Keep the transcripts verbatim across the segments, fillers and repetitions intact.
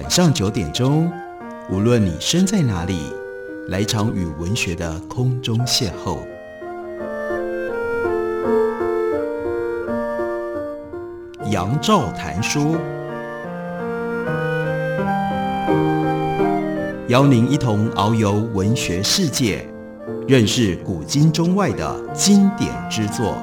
晚上九点钟，无论你身在哪里，来一场与文学的空中邂逅。杨照谈书，邀您一同遨游文学世界，认识古今中外的经典之作。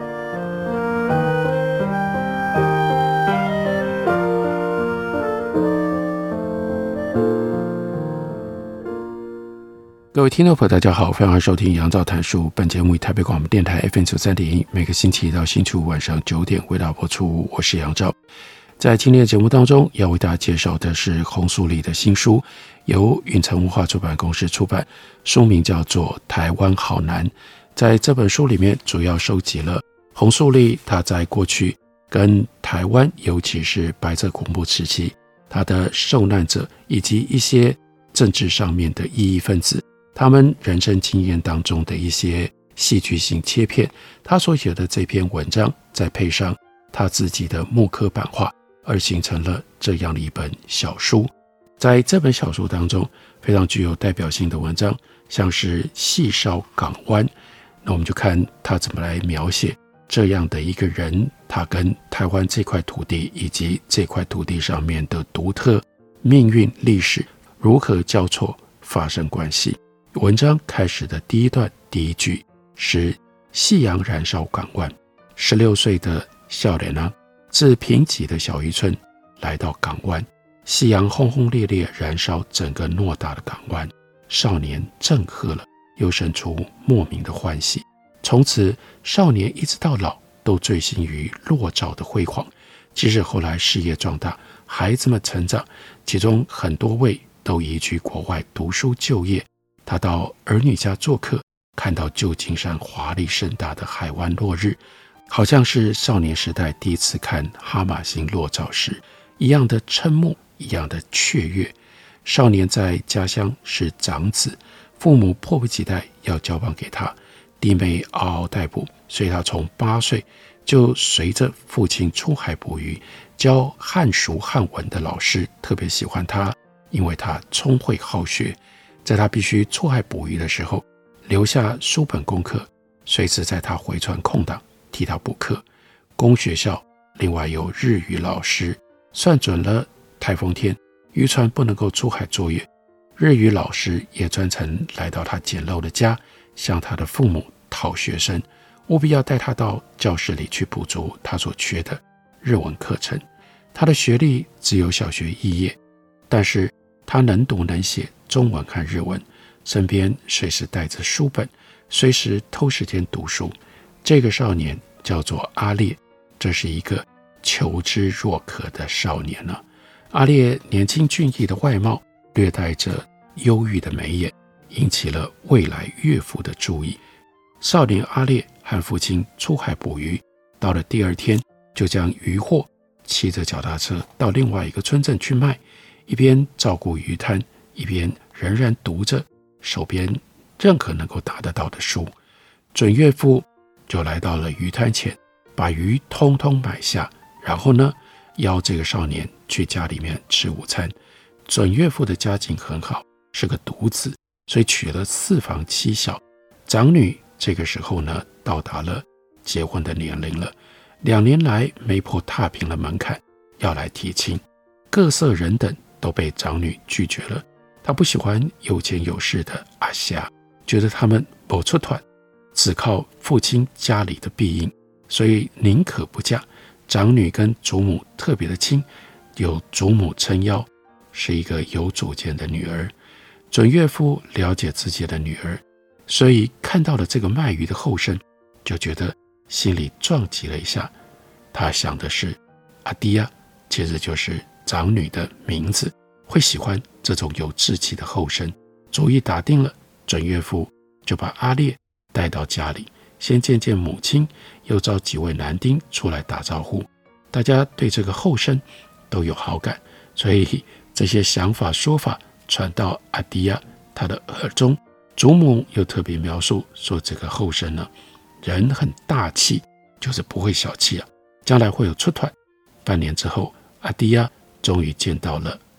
各位听众朋友大家好，欢迎收听杨照谈书。本节目以台北广播电台 F M 九三点一，每个星期一到星期五晚上九点为大家播出。我是杨照。在今天的节目当中，要为大家介绍的是洪素丽的新书，由允城文化出版公司出版，书名叫做《台湾好难》。在这本书里面，主要收集了洪素丽她在过去跟台湾，尤其是白色恐怖时期，她的受难者以及一些政治上面的异议分子，他们人生经验当中的一些戏剧性切片，他所写的这篇文章，再配上他自己的木刻版画，而形成了这样的一本小书。在这本小书当中，非常具有代表性的文章，像是细烧港湾，那我们就看他怎么来描写这样的一个人，他跟台湾这块土地以及这块土地上面的独特命运历史如何交错发生关系。文章开始的第一段第一句是夕阳燃烧港湾，十六岁的少年啊，自贫瘠的小渔村来到港湾，夕阳轰轰烈烈燃烧整个偌大的港湾，少年正喝了，又生出莫名的欢喜。从此少年一直到老都醉心于落照的辉煌，即使后来事业壮大，孩子们成长，其中很多位都移居国外读书就业。他到儿女家做客，看到旧金山华丽盛大的海湾落日，好像是少年时代第一次看哈马星落照时一样的瞠目，一样的雀跃。少年在家乡是长子，父母迫不及待要交棒给他，弟妹嗷嗷待哺，所以他从八岁就随着父亲出海捕鱼，教汉书汉文的老师特别喜欢他，因为他聪慧好学。在他必须出海捕鱼的时候，留下书本功课，随时在他回船空档替他补课。公学校另外有日语老师，算准了台风天渔船不能够出海作业，日语老师也专程来到他简陋的家，向他的父母讨学生，务必要带他到教室里去补足他所缺的日文课程。他的学历只有小学肄业，但是他能读能写中文和日文，身边随时带着书本，随时偷时间读书。这个少年叫做阿烈，这是一个求知若渴的少年啊。阿烈年轻俊逸的外貌，略带着忧郁的眉眼，引起了未来岳父的注意。少年阿烈和父亲出海捕鱼，到了第二天就将渔获骑着脚踏车到另外一个村镇去卖，一边照顾鱼摊，一边仍然读着手边任何能够打得到的书。准岳父就来到了鱼摊前，把鱼通通买下，然后呢，邀这个少年去家里面吃午餐。准岳父的家境很好，是个独子，所以娶了四房妻小。长女这个时候呢，到达了结婚的年龄了。两年来，媒婆踏平了门槛，要来提亲，各色人等都被长女拒绝了。他不喜欢有钱有势的阿霞，觉得他们不出团，只靠父亲家里的庇荫，所以宁可不嫁。长女跟祖母特别的亲，有祖母撑腰，是一个有主见的女儿。准岳父了解自己的女儿，所以看到了这个卖鱼的后生，就觉得心里撞击了一下。他想的是阿迪亚，其实就是长女的名字，会喜欢这种有志气的后生。主意打定了，准岳父就把阿烈带到家里，先见见母亲，又找几位男丁出来打招呼。大家对这个后生都有好感，所以这些想法说法传到阿迪亚他的耳中。祖母又特别描述说，这个后生呢，人很大气，就是不会小气啊，将来会有出团。半年之后，阿迪亚终于见到了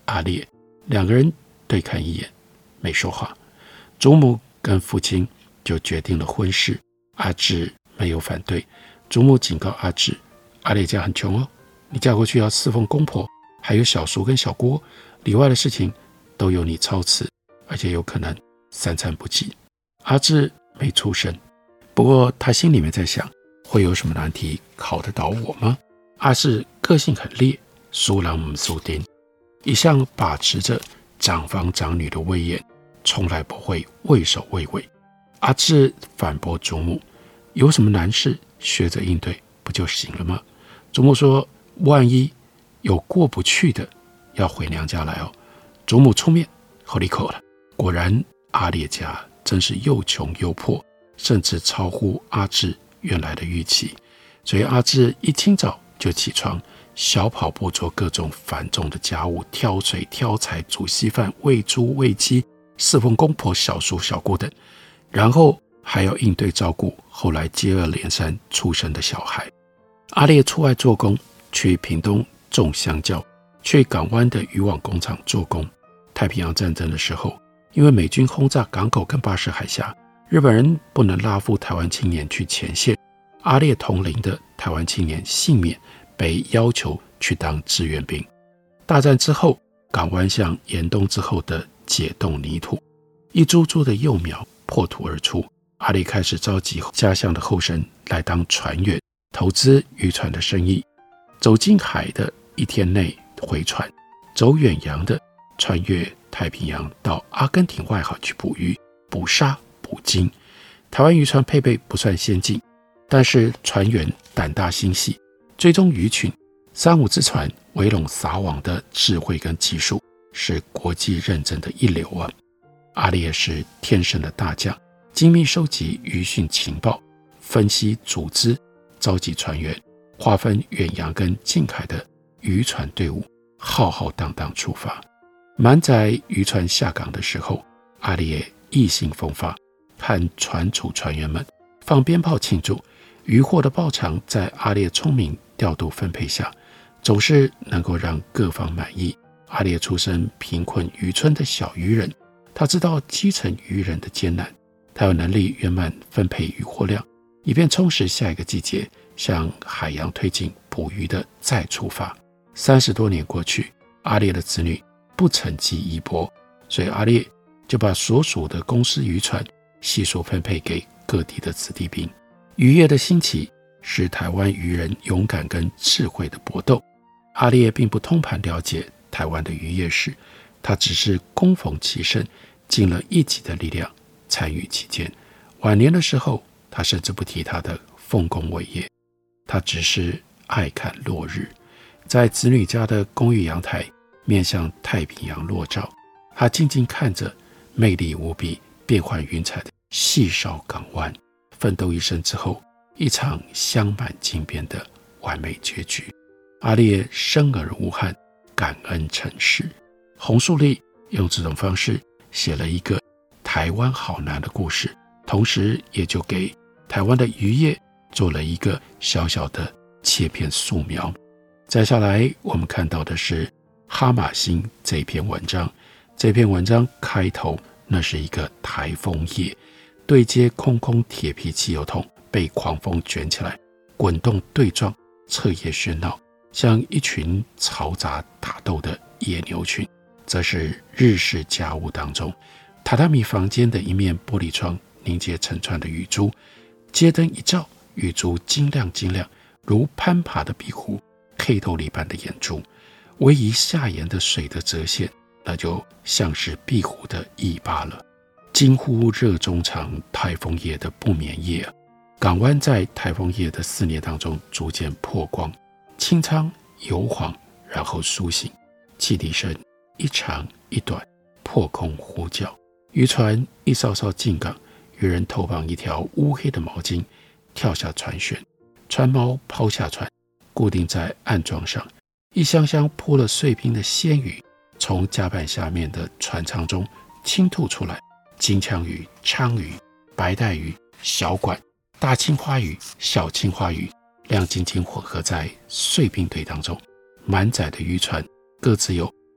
阿烈，两个人对看一眼，没说话。祖母跟父亲就决定了婚事，阿志没有反对。祖母警告阿志，阿烈家很穷哦，你嫁过去要侍奉公婆，还有小叔跟小姑，里外的事情都由你操持，而且有可能三餐不继。阿志没出声，不过他心里面在想，会有什么难题考得倒我吗？阿志个性很烈，苏朗姆苏丁，一向把持着长房长女的威严，从来不会畏首畏尾。阿志反驳祖母，有什么难事学着应对不就行了吗？祖母说，万一有过不去的，要回娘家来哦。祖母出面喝了一口了，果然阿烈家真是又穷又破，甚至超乎阿志原来的预期。所以阿志一清早就起床，小跑步做各种繁重的家务，挑水挑柴煮稀饭，喂猪喂鸡，侍奉公婆小叔小姑等，然后还要应对照顾后来接二连三出生的小孩。阿烈出外做工，去屏东种香蕉，去港湾的渔网工厂做工。太平洋战争的时候，因为美军轰炸港口跟巴士海峡，日本人不能拉赴台湾青年去前线，阿烈同龄的台湾青年幸免，被要求去当志愿兵。大战之后，港湾像严冬之后的解冻泥土，一株株的幼苗破土而出。阿烈开始召集家乡的后生来当船员，投资渔船的生意。走近海的一天内回船，走远洋的穿越太平洋到阿根廷外海去捕鱼、捕鲨、捕鲸。台湾渔船配备不算先进，但是船员胆大心细，追踪鱼群，三五只船围拢撒网的智慧跟技术是国际认证的一流啊！阿烈是天生的大将，精密收集渔讯情报，分析组织，召集船员，划分远洋跟近海的渔船队伍，浩浩荡荡出发。满载渔船下港的时候，阿烈意兴风发，和船主船员们放鞭炮庆祝。渔获的报偿在阿烈聪明调度分配下，总是能够让各方满意。阿烈出身贫困渔村的小渔人，他知道基层渔人的艰难，他有能力圆满分配渔获量，以便充实下一个季节向海洋推进捕鱼的再出发。三十多年过去，阿烈的子女不承继衣钵，所以阿烈就把所属的公司渔船悉数分配给各地的子弟兵。渔业的兴起是台湾渔人勇敢跟智慧的搏斗。阿烈并不通盘了解台湾的渔业史，他只是恭逢其盛，尽了一己的力量参与其间。晚年的时候，他甚至不提他的丰功伟业，他只是爱看落日。在子女家的公寓阳台，面向太平洋落照，他静静看着魅力无比、变幻云彩的细哨港湾，奋斗一生之后，一场香满金边的完美结局。阿烈生而无憾，感恩尘世。洪树立用这种方式写了一个台湾好男的故事，同时也就给台湾的渔业做了一个小小的切片素描。再下来我们看到的是哈马星这篇文章。这篇文章开头那是一个台风夜，对接空空铁皮汽油桶被狂风卷起来，滚动对撞，彻夜喧闹，像一群嘈杂打斗的野牛群。则是日式家务当中，榻榻米房间的一面玻璃窗凝结成串的雨珠，街灯一照，雨珠晶亮晶亮，如攀爬的壁虎，黑透里般的眼珠。唯一下沿的水的折线，那就像是壁虎的尾巴了。惊呼热衷场台风夜的不眠夜啊！港湾在台风夜的肆虐当中逐渐破光，清仓油黄，然后苏醒，汽笛声一长一短，破空呼叫。渔船一艘艘进港，渔人头绑一条乌黑的毛巾，跳下船舷，船锚抛下船，固定在岸桩上。一箱箱铺了碎冰的鲜鱼从甲板下面的船舱中倾吐出来，金枪鱼、鲳鱼、白带鱼、小管、大青花鱼、小青花鱼亮晶晶混合在碎冰堆当中。满载的渔船各自有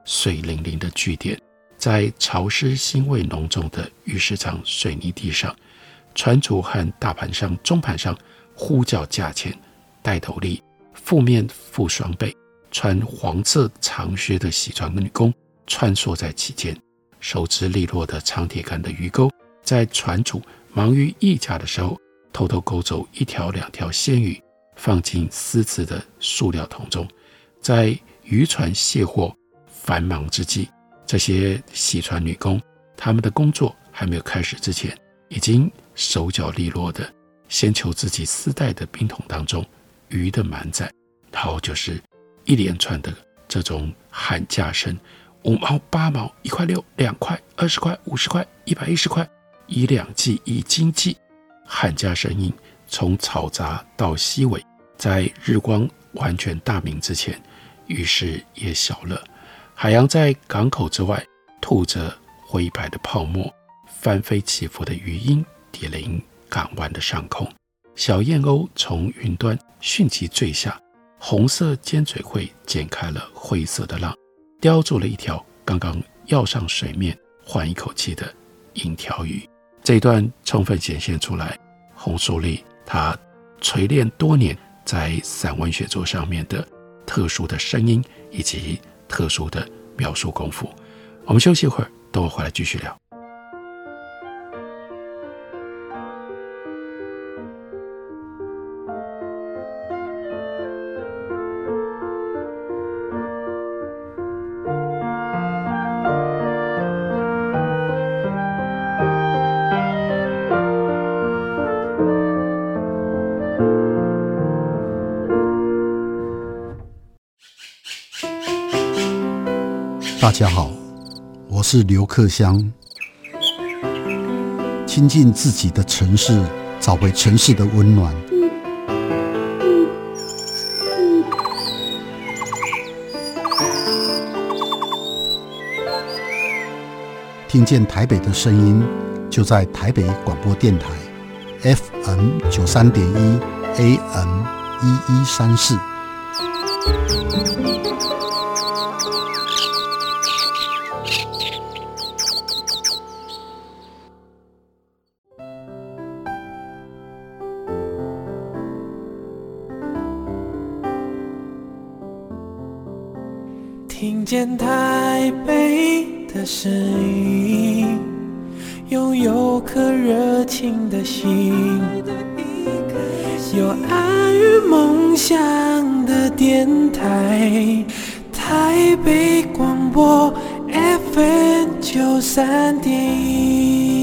水灵灵的据点，在潮湿腥味浓重的鱼市场水泥地上，船主和大盘商、中盘商呼叫价钱，带头力负面负双倍，穿黄色长靴的洗船女工穿梭在其间，手持利落的长铁杆的鱼钩，在船主忙于议价的时候，偷偷勾走一条两条鲜鱼，放进私自的塑料桶中。在渔船卸货繁忙之际，这些洗船女工，她们的工作还没有开始之前，已经手脚利落的先求自己私带的冰桶当中鱼的满载，然后就是一连串的这种喊价声，五毛、八毛、一块六、两块、二十块、五十块、一百一十块，以两计，以斤计，喊价声音从嘈杂到细微，在日光完全大明之前，于是也小了。海洋在港口之外吐着灰白的泡沫，翻飞起伏的鱼鹰跌临港湾的上空，小燕鸥从云端迅即坠下，红色尖嘴喙剪开了灰色的浪，叼住了一条刚刚要上水面换一口气的银条鱼。这一段充分显现出来洪淑丽她锤炼多年在散文写作上面的特殊的声音以及特殊的描述功夫。我们休息一会儿，等我回来继续聊。 大家好，我是刘克襄。亲近自己的城市，找回城市的温暖。听见台北的声音，就在台北广播电台 F M 九三点一 A M 一一三四。 听见台北的声音，拥有颗热情的心，有爱与梦想的电台，台北广播 F M 九三点一。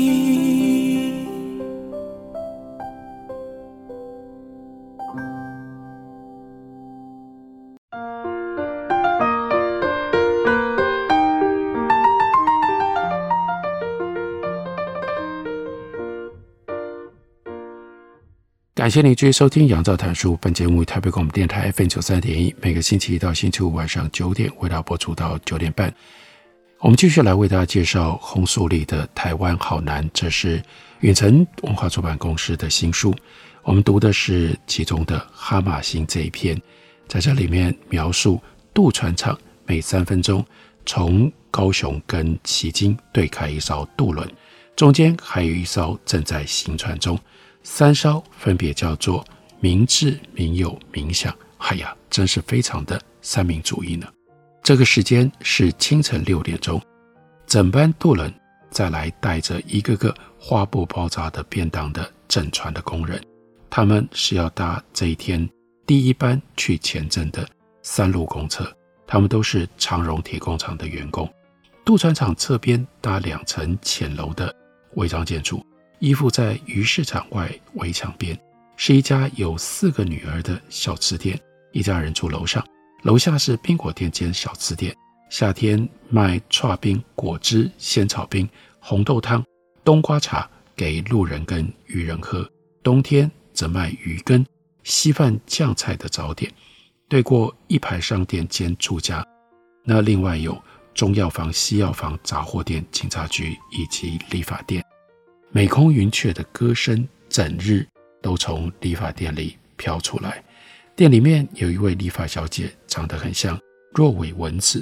感谢您继续收听《杨照谈书》，本节目台北广播电台 F M 九三点一，每个星期一到星期五晚上九点为大家播出到九点半。我们继续来为大家介绍洪淑丽的《台湾好难》，这是远城文化出版公司的新书。我们读的是其中的哈马星这一篇，在这里面描述渡船厂每三分钟从高雄跟旗津对开一艘渡轮，中间还有一艘正在行船中。三艘分别叫做民治、民有、民享。哎呀，真是非常的三民主义呢。这个时间是清晨六点钟，整班渡轮再来带着一个个花布包扎的便当的整船的工人，他们是要搭这一天第一班去前镇的三路公车，他们都是长荣铁工厂的员工。渡船厂侧边搭两层浅楼的违章建筑，依附在鱼市场外围墙边，是一家有四个女儿的小吃店。一家人住楼上，楼下是冰果店兼小吃店，夏天卖剉冰、果汁、仙草冰、红豆汤、冬瓜茶给路人跟渔人喝，冬天则卖鱼羹、稀饭、酱菜的早点。对过一排商店兼住家，那另外有中药房、西药房、杂货店、警察局以及理发店。美空云雀的歌声整日都从理发店里飘出来。店里面有一位理发小姐，长得很像若尾蚊子，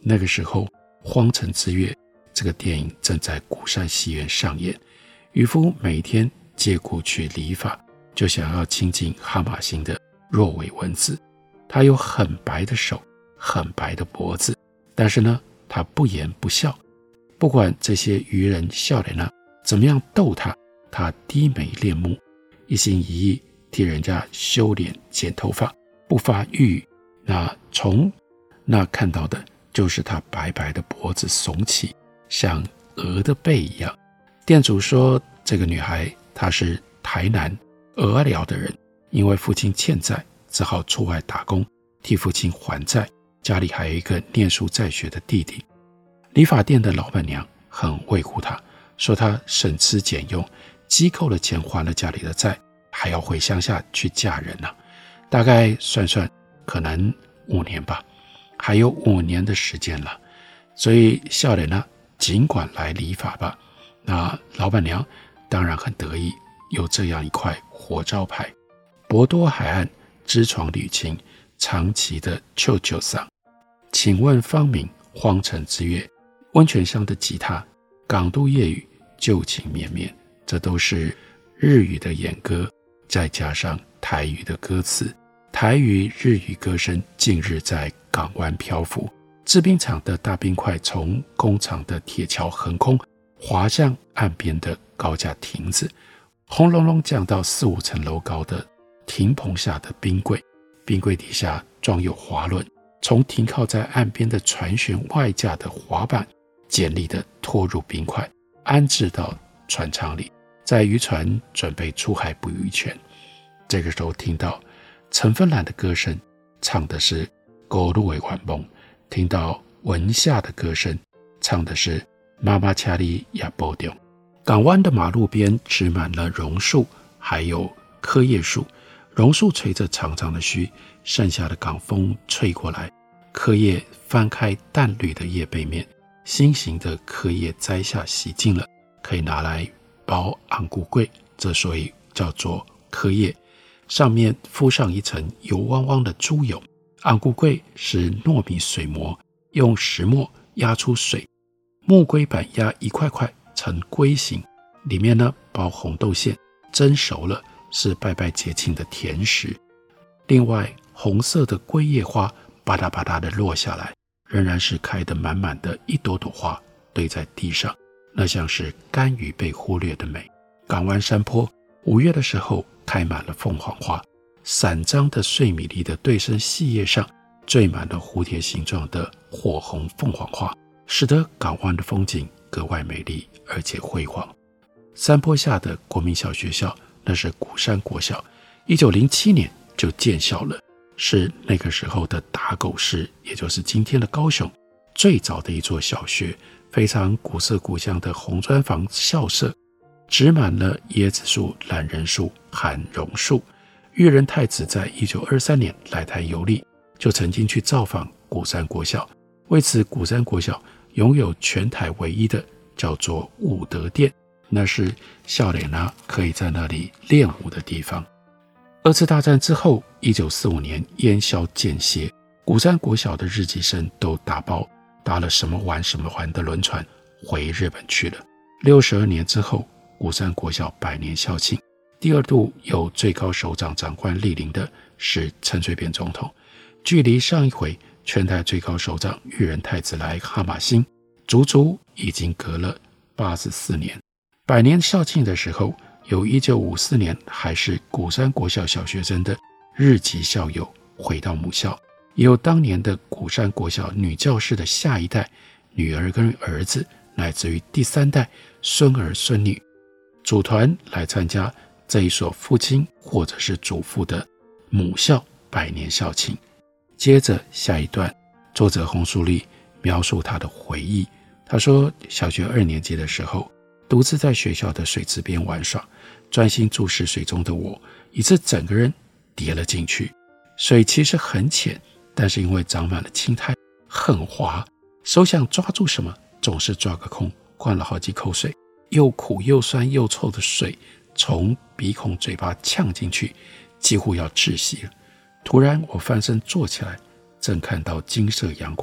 那个时候《荒城之月》这个电影正在鼓山戏院上演，渔夫每天借故去理发，就想要亲近哈马星的若尾文子。他有很白的手，很白的脖子，但是呢，他不言不笑。不管这些渔人笑脸啊怎么样逗他，他低眉恋目，一心一意替人家修脸剪头发，不发一语。那从那看到的就是他白白的脖子耸起，像鹅的背一样。店主说，这个女孩她是台南鹅寮的人，因为父亲欠债，只好出外打工替父亲还债，家里还有一个念书在学的弟弟。理发店的老板娘很维护他，说他省吃俭用，积够了钱还了家里的债，还要回乡下去嫁人啊。大概算算可能五年吧，还有五年的时间了。所以少年呢，尽管来理发吧。那老板娘当然很得意，有这样一块活招牌。博多海岸知床旅情，长崎的秋秋桑，请问芳名，荒城之月，温泉乡的吉他，港都夜雨，旧情绵绵，这都是日语的演歌，再加上台语的歌词。台语日语歌声近日在港湾漂浮，制冰厂的大冰块从工厂的铁桥横空滑向岸边的高架亭子，轰隆隆降到四五层楼高的亭棚下的冰柜，冰柜底下装有滑轮，从停靠在岸边的船舷外架的滑板简力地拖入冰块，安置到船舱里，在渔船准备出海捕鱼前。这个时候听到陈芬兰的歌声，唱的是《狗路尾环梦》，听到文夏的歌声，唱的是《妈妈恰里亚波丢》。港湾的马路边植满了榕树，还有柯叶树。榕树垂着长长的须，盛夏的港风吹过来，柯叶翻开淡绿的叶背面，新型的柯叶摘下洗净了，可以拿来包昂古桂，这所以叫做柯叶。上面敷上一层油汪汪的猪油。昂古桂是糯米水磨，用石磨压出水，木龟板压一块块成龟形，里面呢包红豆馅，蒸熟了是拜拜节庆的甜食。另外红色的龟叶花吧嗒吧嗒的落下来，仍然是开得满满的一朵朵花堆在地上，那像是甘于被忽略的美。港湾山坡五月的时候开满了凤凰花，散张的碎米粒的对生细叶上缀满了蝴蝶形状的火红凤凰花，使得港湾的风景格外美丽而且辉煌。山坡下的国民小学校，那是鼓山国小，一九零七年就建校了，是那个时候的打狗市，也就是今天的高雄最早的一座小学，非常古色古香的红砖房校舍，植满了椰子树、懒人树、罕榕树。裕仁太子在一九二三年来台游历，就曾经去造访鼓山国小，为此鼓山国小拥有全台唯一的叫做武德殿，那是少年啊可以在那里练武的地方。二次大战之后，一九四五年烟消间歇，鼓山国小的日籍生都打包搭了什么玩什么玩的轮船回日本去了。六十二年之后，鼓山国小百年校庆，第二度由最高首长长官莅临的是陈水扁总统。距离上一回全台最高首长裕仁太子来哈马星，足足已经隔了八十四年。百年校庆的时候，有一九五四年还是鼓山国小小学生的日籍校友回到母校，也有当年的鼓山国小女教师的下一代女儿跟儿子，乃至于第三代孙儿孙女组团来参加这一所父亲或者是祖父的母校百年校庆。接着下一段，作者洪树立描述他的回忆。他说，小学二年级的时候，独自在学校的水池边玩耍，专心注视水中的我，一次整个人跌了进去。水其实很浅，但是因为长满了青苔，很滑，手想抓住什么，总是抓个空，灌了好几口水，又苦又酸又臭的水从鼻孔嘴巴呛进去，几乎要窒息了。突然我翻身坐起来，正看到金色阳光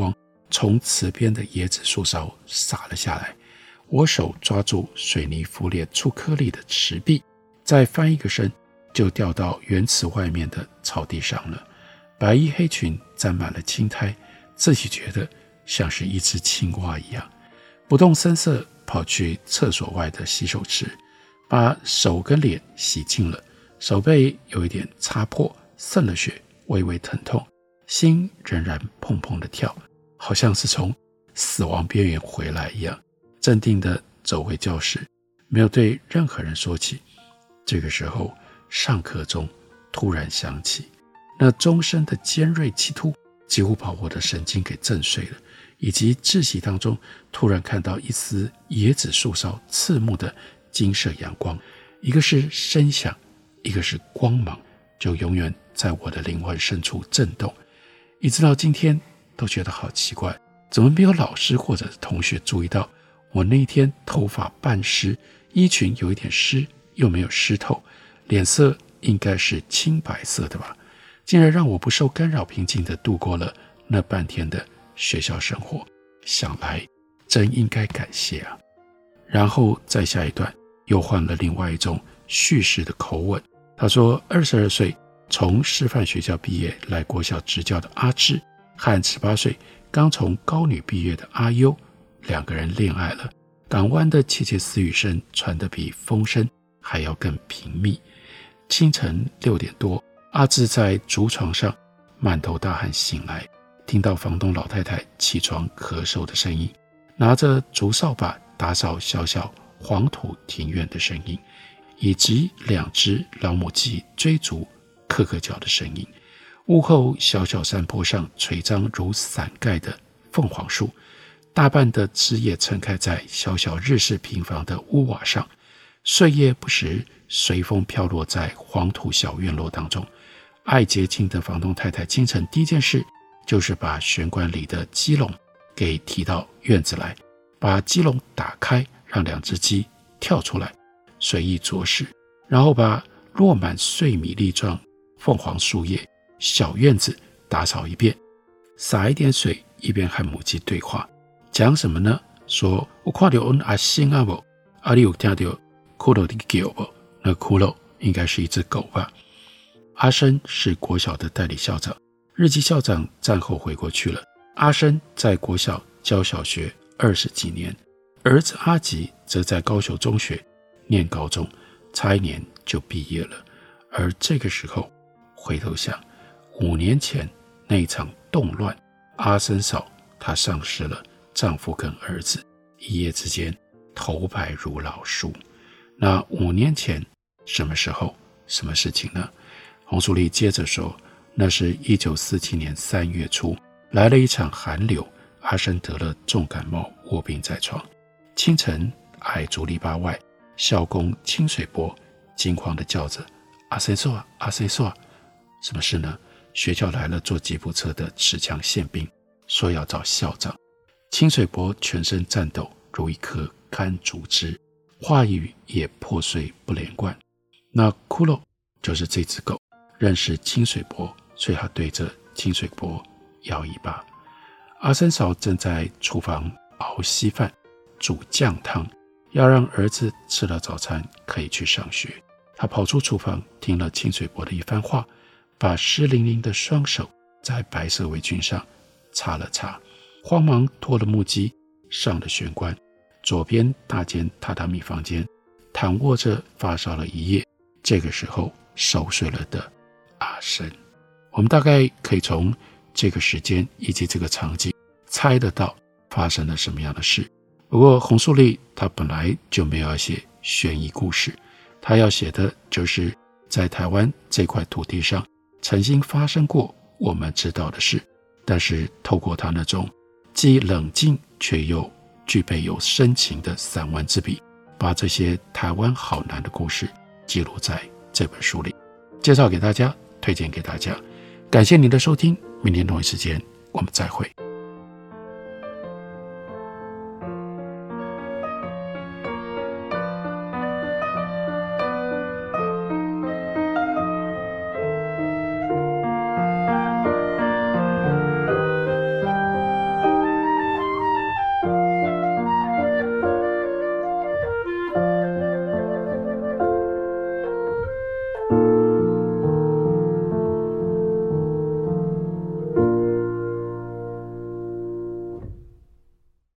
从池边的椰子树梢洒了下来。我手抓住水泥浮裂出颗粒的池壁，再翻一个身就掉到园池外面的草地上了。白衣黑裙沾满了青苔，自己觉得像是一只青蛙一样，不动声色跑去厕所外的洗手池，把手跟脸洗净了，手背有一点擦破，渗了血，微微疼痛，心仍然砰砰地跳，好像是从死亡边缘回来一样，镇定地走回教室，没有对任何人说起。这个时候，上课中突然响起那钟声的尖锐气突，几乎把我的神经给震碎了，以及窒息当中突然看到一丝椰子树梢刺目的金色阳光，一个是声响，一个是光芒，就永远在我的灵魂深处震动，一直到今天都觉得好奇怪，怎么没有老师或者同学注意到我那天头发半湿，衣裙有一点湿又没有湿透，脸色应该是青白色的吧，竟然让我不受干扰平静地度过了那半天的学校生活，想来真应该感谢啊。然后再下一段又换了另外一种叙事的口吻，他说二十二岁从师范学校毕业来国小执教的阿志和十八岁刚从高女毕业的阿优，两个人恋爱了，港湾的窃窃私语声传得比风声还要更频密。清晨六点多，阿志在竹床上满头大汗醒来，听到房东老太太起床咳嗽的声音，拿着竹扫把打扫小小黄土庭院的声音，以及两只老母鸡追逐咯咯叫的声音。屋后小小山坡上垂张如伞盖的凤凰树，大半的枝叶撑开在小小日式平房的屋瓦上，碎叶不时随风飘落在黄土小院落当中。爱洁净的房东太太清晨第一件事就是把玄关里的鸡笼给提到院子来，把鸡笼打开，让两只鸡跳出来随意啄食，然后把落满碎米粒状凤凰树叶小院子打扫一遍，洒一点水，一边和母鸡对话。讲什么呢？说我看到我阿星啊不，啊你有听到骷髅的叫不？那骷髅应该是一只狗吧。阿生是国小的代理校长，日籍校长战后回国去了，阿生在国小教小学二十几年，儿子阿吉则在高雄中学念高中，差一年就毕业了。而这个时候回头想，五年前那一场动乱，阿生嫂她丧失了丈夫跟儿子，一夜之间头白如老树。那五年前什么时候什么事情呢？洪淑丽接着说，那是一九四七年三月初，来了一场寒流，阿生得了重感冒，卧病在床。清晨矮竹篱笆外，校工清水伯惊慌地叫着，阿生嫂啊，阿生嫂啊，什么事呢？学校来了坐吉普车的持枪宪兵，说要找校长。清水伯全身颤抖，如一棵干竹枝，话语也破碎不连贯。那骷髅就是这只狗，认识清水伯，所以他对着清水伯摇尾巴。阿生嫂正在厨房熬稀饭，煮酱汤，要让儿子吃了早餐可以去上学。他跑出厨房，听了清水伯的一番话，把湿淋淋的双手在白色围裙上擦了擦，慌忙脱了木屐，上了玄关。左边大间榻榻米房间，躺卧着发烧了一夜，这个时候熟睡了的阿生。我们大概可以从这个时间以及这个场景猜得到发生了什么样的事。不过洪淑丽她本来就没有要写悬疑故事，她要写的就是在台湾这块土地上曾经发生过我们知道的事，但是透过她那种既冷静却又具备有深情的散文之笔，把这些台湾好难的故事记录在这本书里，介绍给大家，推荐给大家。感谢您的收听，明天同一时间我们再会。